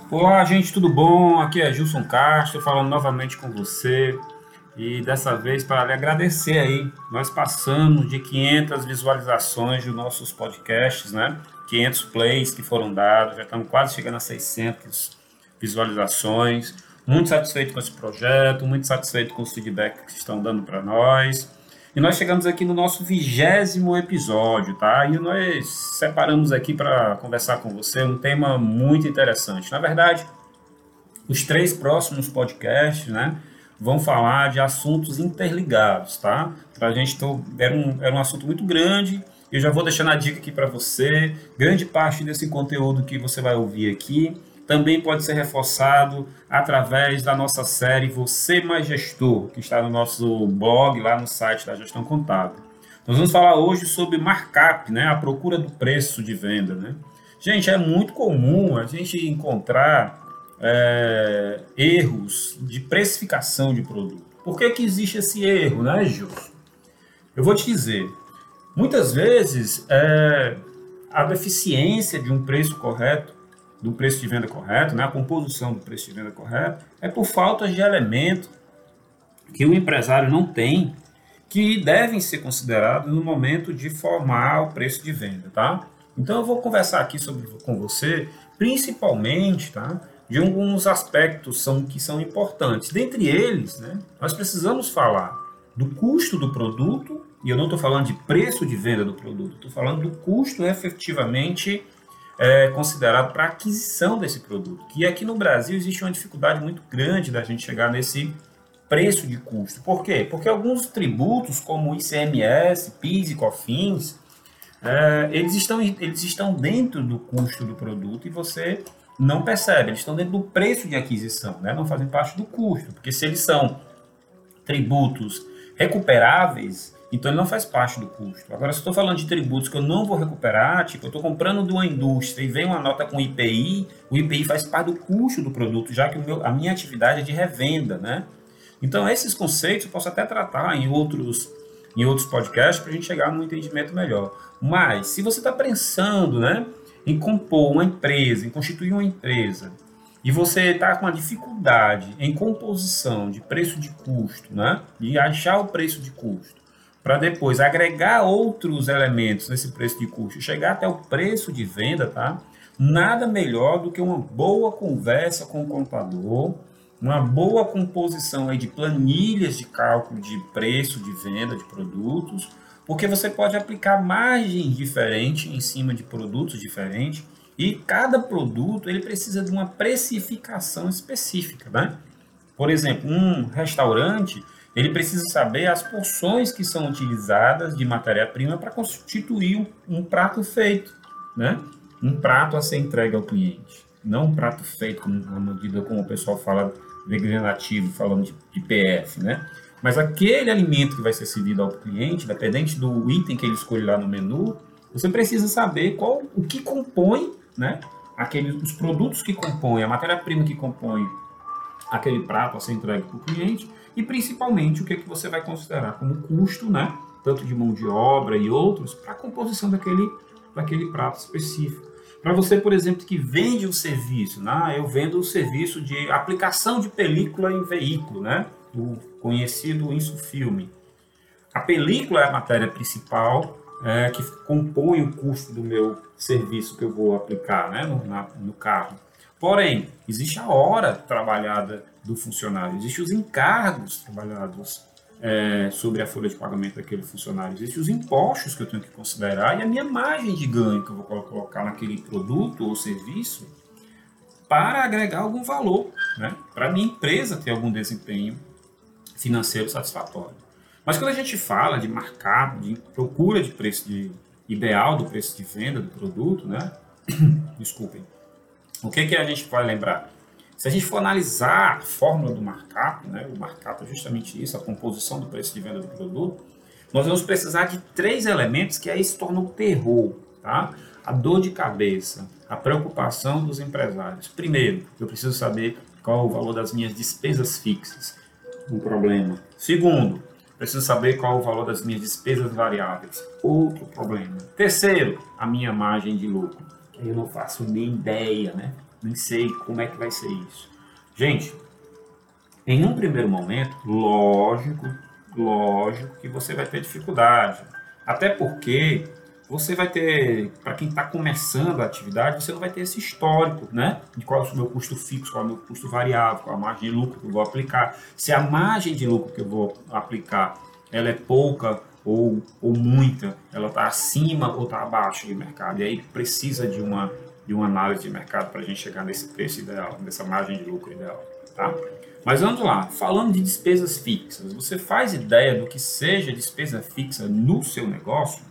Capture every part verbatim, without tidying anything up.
Olá, gente, tudo bom? Aqui é Gilson Castro falando novamente com você e dessa vez para lhe agradecer aí. Nós passamos de quinhentas visualizações dos nossos podcasts, né? quinhentos plays que foram dados, já estamos quase chegando a seiscentas visualizações. Muito satisfeito com esse projeto, muito satisfeito com os feedbacks que estão dando para nós. E nós chegamos aqui no nosso vigésimo episódio, tá? E nós separamos aqui para conversar com você um tema muito interessante. Na verdade, os três próximos podcasts, né, vão falar de assuntos interligados, tá? Para a gente, tô, era, um, era um assunto muito grande. Eu já vou deixando a dica aqui para você. Grande parte desse conteúdo que você vai ouvir aqui também pode ser reforçado através da nossa série Você Mais Gestor, que está no nosso blog, lá no site da Gestão Contábil. Nós vamos falar hoje sobre markup, né, a procura do preço de venda, né? Gente, é muito comum a gente encontrar é, erros de precificação de produto. Por que que existe esse erro, né, Gilson? Eu vou te dizer, muitas vezes é, a deficiência de um preço correto, do preço de venda correto, né, a composição do preço de venda correto, é por falta de elementos que o empresário não tem, que devem ser considerados no momento de formar o preço de venda, tá? Então eu vou conversar aqui sobre, com você, principalmente, tá, de alguns aspectos são, que são importantes. Dentre eles, né, nós precisamos falar do custo do produto, e eu não estou falando de preço de venda do produto, estou falando do custo efetivamente É, considerado para a aquisição desse produto. Que aqui no Brasil existe uma dificuldade muito grande da gente chegar nesse preço de custo. Por quê? Porque alguns tributos, como o I C M S, PIS e COFINS, é, eles, estão, eles estão dentro do custo do produto e você não percebe. Eles estão dentro do preço de aquisição, né? Não fazem parte do custo. Porque se eles são tributos recuperáveis, então ele não faz parte do custo. Agora, se eu estou falando de tributos que eu não vou recuperar, tipo, eu estou comprando de uma indústria e vem uma nota com I P I, o I P I faz parte do custo do produto, já que o meu, a minha atividade é de revenda, né? Então, esses conceitos eu posso até tratar em outros, em outros podcasts para a gente chegar num entendimento melhor. Mas, se você está pensando, né, em compor uma empresa, em constituir uma empresa, e você está com uma dificuldade em composição de preço de custo, né, e achar o preço de custo, para depois agregar outros elementos nesse preço de custo, chegar até o preço de venda, tá? Nada melhor do que uma boa conversa com o contador, uma boa composição aí de planilhas de cálculo de preço de venda de produtos, porque você pode aplicar margens diferentes em cima de produtos diferentes e cada produto ele precisa de uma precificação específica, né? Por exemplo, um restaurante ele precisa saber as porções que são utilizadas de matéria-prima para constituir um, um prato feito, né? Um prato a ser entregue ao cliente. Não um prato feito, como, medida, como o pessoal fala, declinativo, falando de, de P F, né? Mas aquele alimento que vai ser servido ao cliente, dependente do item que ele escolhe lá no menu, você precisa saber qual, o que compõe, né? Aqueles, os produtos que compõem, a matéria-prima que compõe aquele prato a ser entregue para o cliente, e principalmente o que, é que você vai considerar como custo, né, tanto de mão de obra e outros, para a composição daquele, daquele prato específico. Para você, por exemplo, que vende um serviço, né, eu vendo o serviço de aplicação de película em veículo, né, o conhecido insufilme. A película é a matéria principal é, que compõe o custo do meu serviço que eu vou aplicar, né, no, na, no carro. Porém, existe a hora trabalhada do funcionário, existem os encargos trabalhados é, sobre a folha de pagamento daquele funcionário, existem os impostos que eu tenho que considerar e a minha margem de ganho que eu vou colocar naquele produto ou serviço para agregar algum valor, né? Para a minha empresa ter algum desempenho financeiro satisfatório. Mas quando a gente fala de markup, de procura de preço de, ideal do preço de venda do produto, né? Desculpem. O que, que a gente vai lembrar? Se a gente for analisar a fórmula do markup, né, o markup é justamente isso, a composição do preço de venda do produto, nós vamos precisar de três elementos que aí se tornam o terror, tá? A dor de cabeça, a preocupação dos empresários. Primeiro, eu preciso saber qual é o valor das minhas despesas fixas, um problema. Segundo, preciso saber qual é o valor das minhas despesas variáveis, outro problema. Terceiro, a minha margem de lucro. Eu não faço nem ideia, né? nem sei como é que vai ser isso. Gente, em um primeiro momento, lógico, lógico que você vai ter dificuldade. Até porque você vai ter, para quem está começando a atividade, você não vai ter esse histórico, né? De qual é o meu custo fixo, qual é o meu custo variável, qual é a margem de lucro que eu vou aplicar. Se a margem de lucro que eu vou aplicar, ela é pouca ou, ou muita, ela está acima ou está abaixo do mercado. E aí precisa de uma, de uma análise de mercado para a gente chegar nesse preço ideal, nessa margem de lucro ideal, tá? Mas vamos lá, falando de despesas fixas, você faz ideia do que seja despesa fixa no seu negócio?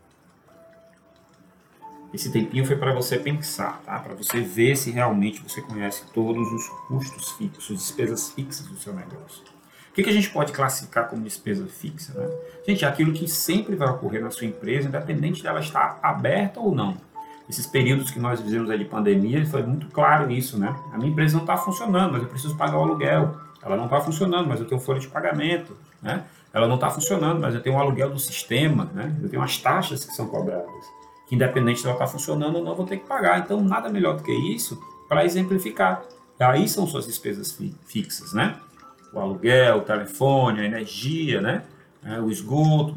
Esse tempinho foi para você pensar, tá? Para você ver se realmente você conhece todos os custos fixos, despesas fixas do seu negócio. O que, que a gente pode classificar como despesa fixa, né? Gente, é aquilo que sempre vai ocorrer na sua empresa, independente dela estar aberta ou não. Esses períodos que nós vivemos aí de pandemia, foi muito claro isso, né? A minha empresa não está funcionando, mas eu preciso pagar o aluguel. Ela não está funcionando, mas eu tenho folha de pagamento, né? Ela não está funcionando, mas eu tenho o aluguel do sistema, né? Eu tenho as taxas que são cobradas, que independente de ela estar funcionando ou não, eu vou ter que pagar. Então, nada melhor do que isso para exemplificar. Aí são suas despesas fixas, né? O aluguel, o telefone, a energia, né? O esgoto,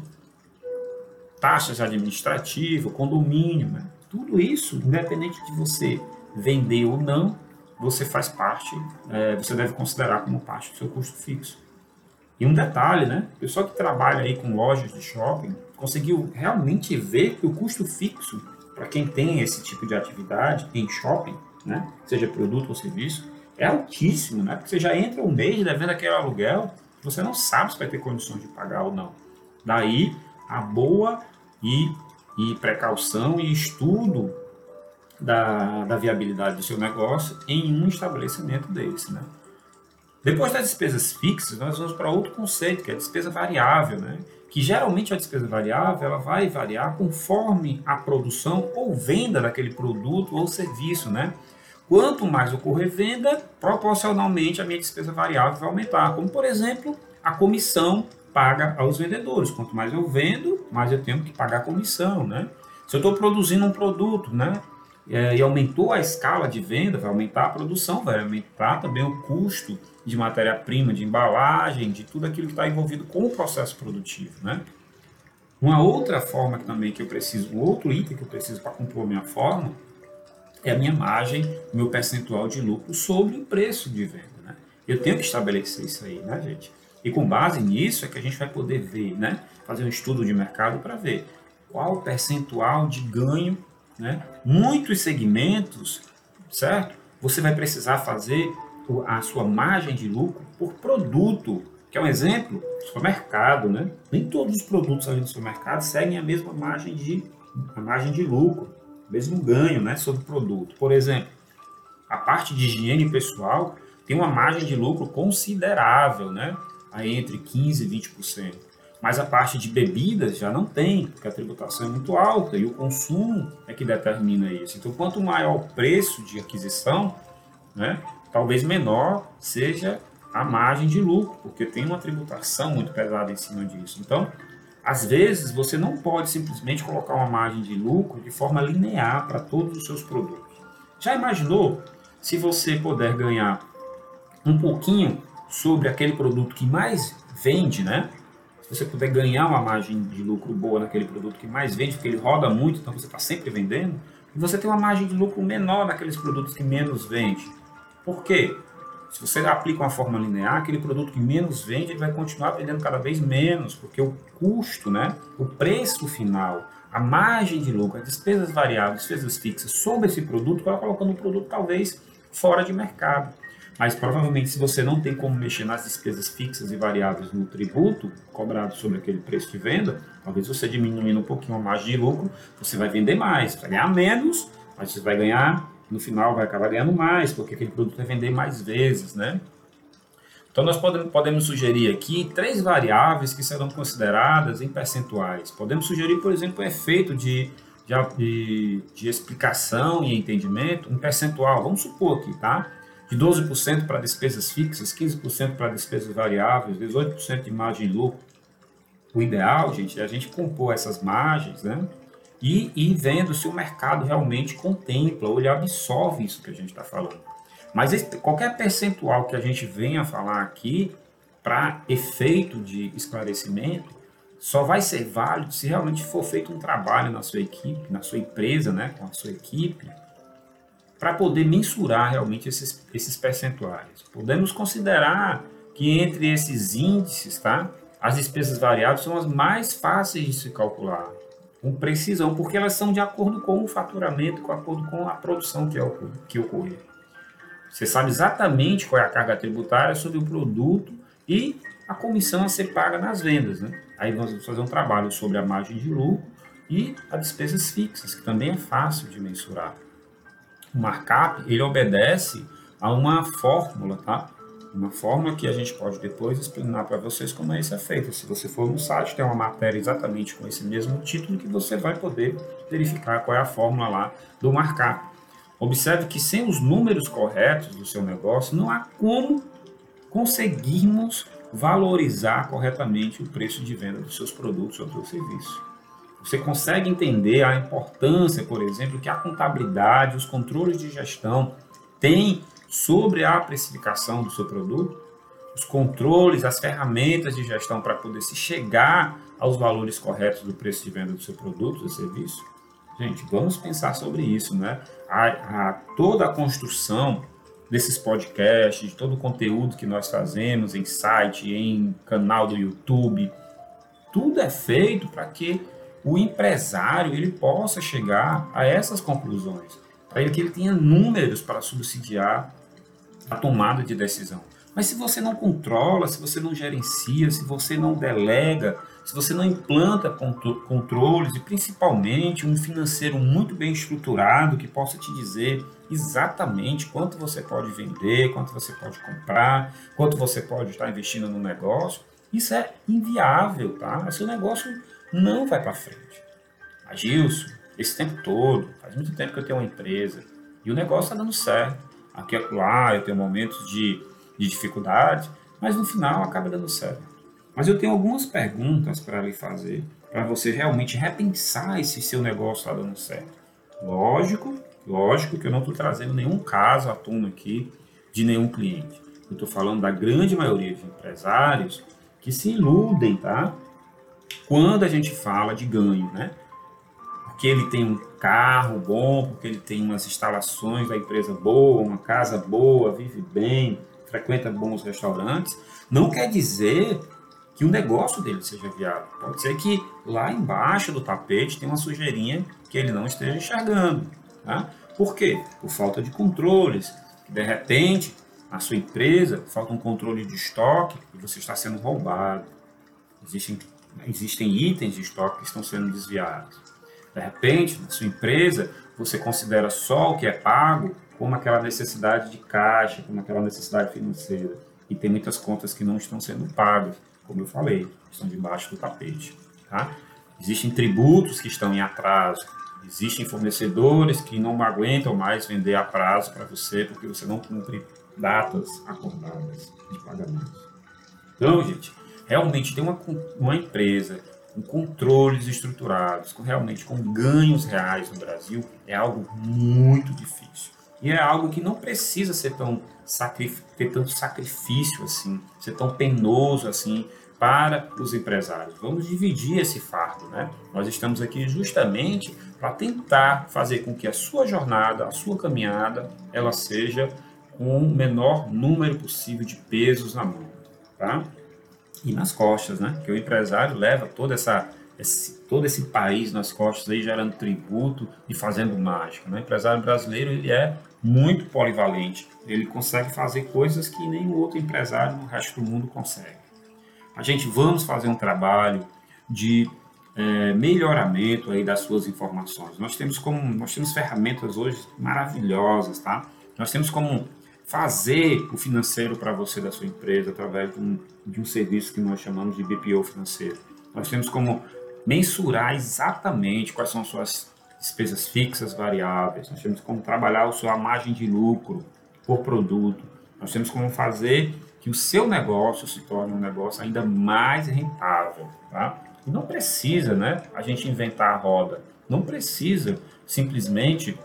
taxas administrativas, o condomínio, né? Tudo isso, independente de você vender ou não, você faz parte, é, você deve considerar como parte do seu custo fixo. E um detalhe, né? O pessoal que trabalha aí com lojas de shopping conseguiu realmente ver que o custo fixo, para quem tem esse tipo de atividade em shopping, né? Seja produto ou serviço, é altíssimo, né? Porque você já entra um mês devendo aquele aluguel, você não sabe se vai ter condições de pagar ou não. Daí, a boa e, e precaução e estudo da, da viabilidade do seu negócio em um estabelecimento desse, né? Depois das despesas fixas, nós vamos para outro conceito, que é a despesa variável, né? Que geralmente a despesa variável ela vai variar conforme a produção ou venda daquele produto ou serviço, né? Quanto mais ocorrer venda, proporcionalmente a minha despesa variável vai aumentar, como por exemplo, a comissão paga aos vendedores. Quanto mais eu vendo, mais eu tenho que pagar comissão, né? Se eu estou produzindo um produto, né? E aumentou a escala de venda, vai aumentar a produção, vai aumentar também o custo de matéria-prima, de embalagem, de tudo aquilo que está envolvido com o processo produtivo, né? Uma outra forma que também que eu preciso, um outro item que eu preciso para compor minha forma, é a minha margem, o meu percentual de lucro sobre o preço de venda, né? Eu tenho que estabelecer isso aí, né, gente? E com base nisso é que a gente vai poder ver, né? Fazer um estudo de mercado para ver qual o percentual de ganho, né? Muitos segmentos, certo? Você vai precisar fazer a sua margem de lucro por produto, que é um exemplo, supermercado, né? Nem todos os produtos ali do supermercado seguem a mesma margem de, a margem de lucro, mesmo ganho, né, sobre o produto. Por exemplo, a parte de higiene pessoal tem uma margem de lucro considerável, né? Aí entre quinze e vinte por cento. Mas a parte de bebidas já não tem, porque a tributação é muito alta e o consumo é que determina isso. Então, quanto maior o preço de aquisição, né, talvez menor seja a margem de lucro, porque tem uma tributação muito pesada em cima disso. Então, às vezes, você não pode simplesmente colocar uma margem de lucro de forma linear para todos os seus produtos. Já imaginou se você puder ganhar um pouquinho sobre aquele produto que mais vende, né? Se você puder ganhar uma margem de lucro boa naquele produto que mais vende, porque ele roda muito, então você está sempre vendendo, e você tem uma margem de lucro menor naqueles produtos que menos vende. Por quê? Se você aplica uma forma linear, aquele produto que menos vende, ele vai continuar vendendo cada vez menos, porque o custo, né, o preço final, a margem de lucro, as despesas variáveis, despesas fixas sobre esse produto, vai colocando o produto talvez fora de mercado. Mas provavelmente se você não tem como mexer nas despesas fixas e variáveis no tributo cobrado sobre aquele preço de venda, talvez você diminuindo um pouquinho a margem de lucro, você vai vender mais, vai ganhar menos, mas você vai ganhar, no final vai acabar ganhando mais, porque aquele produto vai vender mais vezes, né? Então nós podemos, podemos sugerir aqui três variáveis que serão consideradas em percentuais. Podemos sugerir, por exemplo, o efeito de, de, de explicação e entendimento, um percentual, vamos supor aqui, tá? De doze por cento para despesas fixas, quinze por cento para despesas variáveis, dezoito por cento de margem de lucro. O ideal, gente, é a gente compor essas margens, né, e, e vendo se o mercado realmente contempla ou ele absorve isso que a gente está falando. Mas esse, qualquer percentual que a gente venha falar aqui, para efeito de esclarecimento, só vai ser válido se realmente for feito um trabalho na sua equipe, na sua empresa, né, com a sua equipe, para poder mensurar realmente esses, esses percentuais. Podemos considerar que entre esses índices, tá, as despesas variáveis são as mais fáceis de se calcular, com precisão, porque elas são de acordo com o faturamento, de acordo com a produção que, ocor que ocorrer. Você sabe exatamente qual é a carga tributária sobre o produto e a comissão a ser paga nas vendas, né? Aí nós vamos fazer um trabalho sobre a margem de lucro e as despesas fixas, que também é fácil de mensurar. O markup, ele obedece a uma fórmula, tá? Uma fórmula que a gente pode depois explicar para vocês como isso é feito. Se você for no site, tem uma matéria exatamente com esse mesmo título que você vai poder verificar qual é a fórmula lá do markup. Observe que sem os números corretos do seu negócio, não há como conseguirmos valorizar corretamente o preço de venda dos seus produtos ou do seu serviço. Você consegue entender a importância, por exemplo, que a contabilidade, os controles de gestão têm sobre a precificação do seu produto? Os controles, as ferramentas de gestão para poder se chegar aos valores corretos do preço de venda do seu produto ou serviço? Gente, vamos pensar sobre isso, né? A, a, toda a construção desses podcasts, de todo o conteúdo que nós fazemos em site, em canal do YouTube, tudo é feito para que o empresário ele possa chegar a essas conclusões, para que ele tenha números para subsidiar a tomada de decisão. Mas se você não controla, se você não gerencia, se você não delega, se você não implanta controles e principalmente um financeiro muito bem estruturado que possa te dizer exatamente quanto você pode vender, quanto você pode comprar, quanto você pode estar investindo no negócio, isso é inviável, tá? Seu negócio não vai para frente. A Gilson, esse tempo todo, faz muito tempo que eu tenho uma empresa e o negócio está dando certo. Aqui e lá eu tenho momentos de, de dificuldade, mas no final acaba dando certo. Mas eu tenho algumas perguntas para lhe fazer, para você realmente repensar se seu negócio está dando certo. Lógico, lógico que eu não estou trazendo nenhum caso à tona aqui de nenhum cliente. Eu estou falando da grande maioria de empresários que se iludem, tá? Quando a gente fala de ganho, né? Porque ele tem um carro bom, porque ele tem umas instalações da empresa boa, uma casa boa, vive bem, frequenta bons restaurantes, não quer dizer que o negócio dele seja viável. Pode ser que lá embaixo do tapete tem uma sujeirinha que ele não esteja enxergando. Tá? Por quê? Por falta de controles. De repente, na sua empresa, falta um controle de estoque e você está sendo roubado. Existem, existem itens de estoque que estão sendo desviados. De repente, na sua empresa, você considera só o que é pago como aquela necessidade de caixa, como aquela necessidade financeira. E tem muitas contas que não estão sendo pagas, como eu falei, estão debaixo do tapete. Tá? Existem tributos que estão em atraso, existem fornecedores que não aguentam mais vender a prazo para você porque você não cumpre datas acordadas de pagamento. Então, gente, realmente ter uma, uma empresa com controles estruturados, com realmente com ganhos reais no Brasil, é algo muito difícil. E é algo que não precisa ser tão ter tanto sacrifício assim, ser tão penoso assim para os empresários. Vamos dividir esse fardo, né? Nós estamos aqui justamente para tentar fazer com que a sua jornada, a sua caminhada, ela seja com o menor número possível de pesos na mão, tá? E nas costas, né? Que o empresário leva toda essa, esse, todo esse país nas costas, aí, gerando tributo e fazendo mágica, né? O empresário brasileiro ele é muito polivalente, ele consegue fazer coisas que nenhum outro empresário no resto do mundo consegue. A gente vamos fazer um trabalho de é, melhoramento aí das suas informações. Nós temos como nós temos ferramentas hoje maravilhosas, tá? Nós temos como fazer o financeiro para você da sua empresa através de um, de um serviço que nós chamamos de B P O financeiro. Nós temos como mensurar exatamente quais são as suas despesas fixas, variáveis. Nós temos como trabalhar a sua margem de lucro por produto. Nós temos como fazer que o seu negócio se torne um negócio ainda mais rentável, tá? E não precisa, né, a gente inventar a roda. Não precisa simplesmente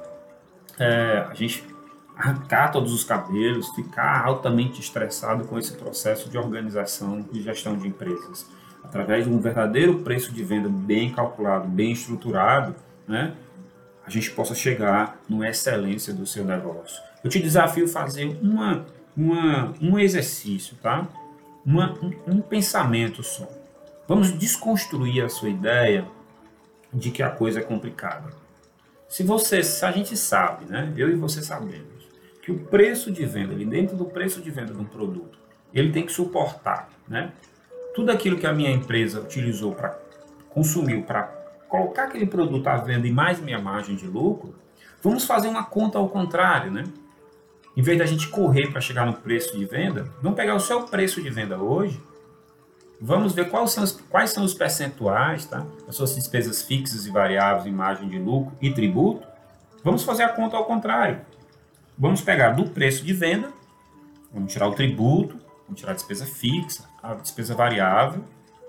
é, a gente arrancar todos os cabelos, ficar altamente estressado com esse processo de organização e gestão de empresas. Através de um verdadeiro preço de venda bem calculado, bem estruturado, né, a gente possa chegar numa excelência do seu negócio. Eu te desafio a fazer uma, uma, um exercício, tá? Uma, um, um pensamento só. Vamos desconstruir a sua ideia de que a coisa é complicada. Se você, se a gente sabe, né? Eu e você sabemos, que o preço de venda, ali dentro do preço de venda de um produto, ele tem que suportar, né? Tudo aquilo que a minha empresa utilizou para consumiu, para colocar aquele produto à venda e mais minha margem de lucro, vamos fazer uma conta ao contrário, né? Em vez da gente correr para chegar no preço de venda, vamos pegar o seu preço de venda hoje, vamos ver quais são os, quais são os percentuais, tá? As suas despesas fixas e variáveis em margem de lucro e tributo. Vamos fazer a conta ao contrário. Vamos pegar do preço de venda, vamos tirar o tributo, vamos tirar a despesa fixa, a despesa variável,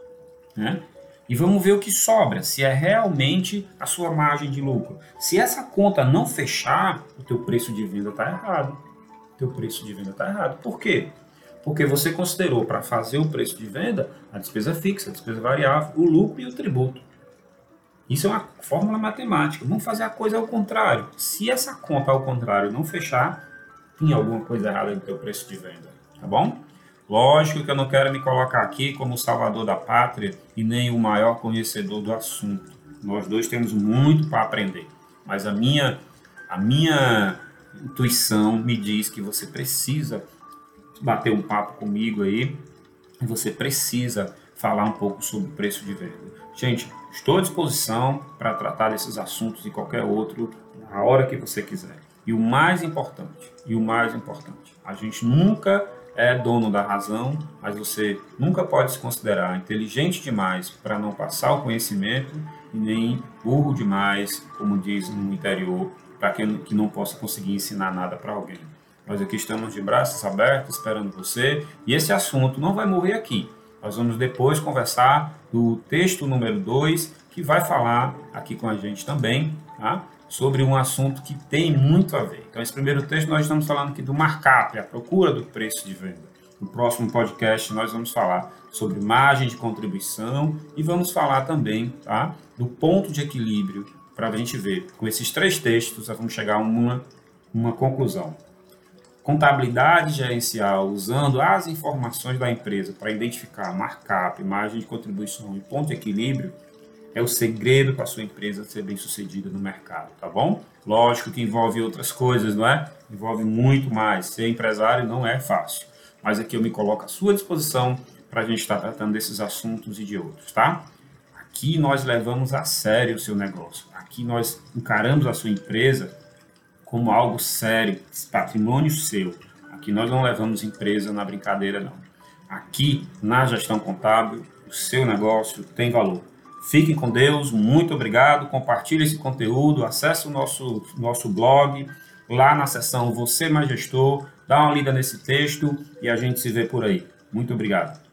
né? E vamos ver o que sobra, se é realmente a sua margem de lucro. Se essa conta não fechar, o teu preço de venda está errado. O teu preço de venda está errado. Por quê? Porque você considerou para fazer o preço de venda a despesa fixa, a despesa variável, o lucro e o tributo. Isso é uma fórmula matemática. Vamos fazer a coisa ao contrário. Se essa conta ao contrário não fechar, tem alguma coisa errada no teu preço de venda, tá bom? Lógico que eu não quero me colocar aqui como o salvador da pátria e nem o maior conhecedor do assunto. Nós dois temos muito para aprender, mas a minha, a minha intuição me diz que você precisa bater um papo comigo aí, e você precisa falar um pouco sobre o preço de venda. Gente, estou à disposição para tratar desses assuntos e qualquer outro na hora que você quiser. E o mais importante, e o mais importante, a gente nunca é dono da razão, mas você nunca pode se considerar inteligente demais para não passar o conhecimento e nem burro demais, como diz no interior, para que, que não possa conseguir ensinar nada para alguém. Nós aqui estamos de braços abertos, esperando você, e esse assunto não vai morrer aqui. Nós vamos depois conversar do texto número dois, que vai falar aqui com a gente também, tá? Sobre um assunto que tem muito a ver. Então, esse primeiro texto nós estamos falando aqui do markup, a procura do preço de venda. No próximo podcast nós vamos falar sobre margem de contribuição e vamos falar também, tá, do ponto de equilíbrio, para a gente ver. Com esses três textos, nós vamos chegar a uma, uma conclusão. Contabilidade gerencial, usando as informações da empresa para identificar markup, margem de contribuição e ponto de equilíbrio, é o segredo para a sua empresa ser bem sucedida no mercado, tá bom? Lógico que envolve outras coisas, não é? Envolve muito mais. Ser empresário não é fácil. Mas aqui eu me coloco à sua disposição para a gente estar tratando desses assuntos e de outros, tá? Aqui nós levamos a sério o seu negócio. Aqui nós encaramos a sua empresa como algo sério, patrimônio seu. Aqui nós não levamos empresa na brincadeira, não. Aqui, na gestão contábil, o seu negócio tem valor. Fiquem com Deus, muito obrigado, compartilhe esse conteúdo, acesse o nosso, nosso blog, lá na seção Você Mais Gestor, dá uma lida nesse texto e a gente se vê por aí. Muito obrigado.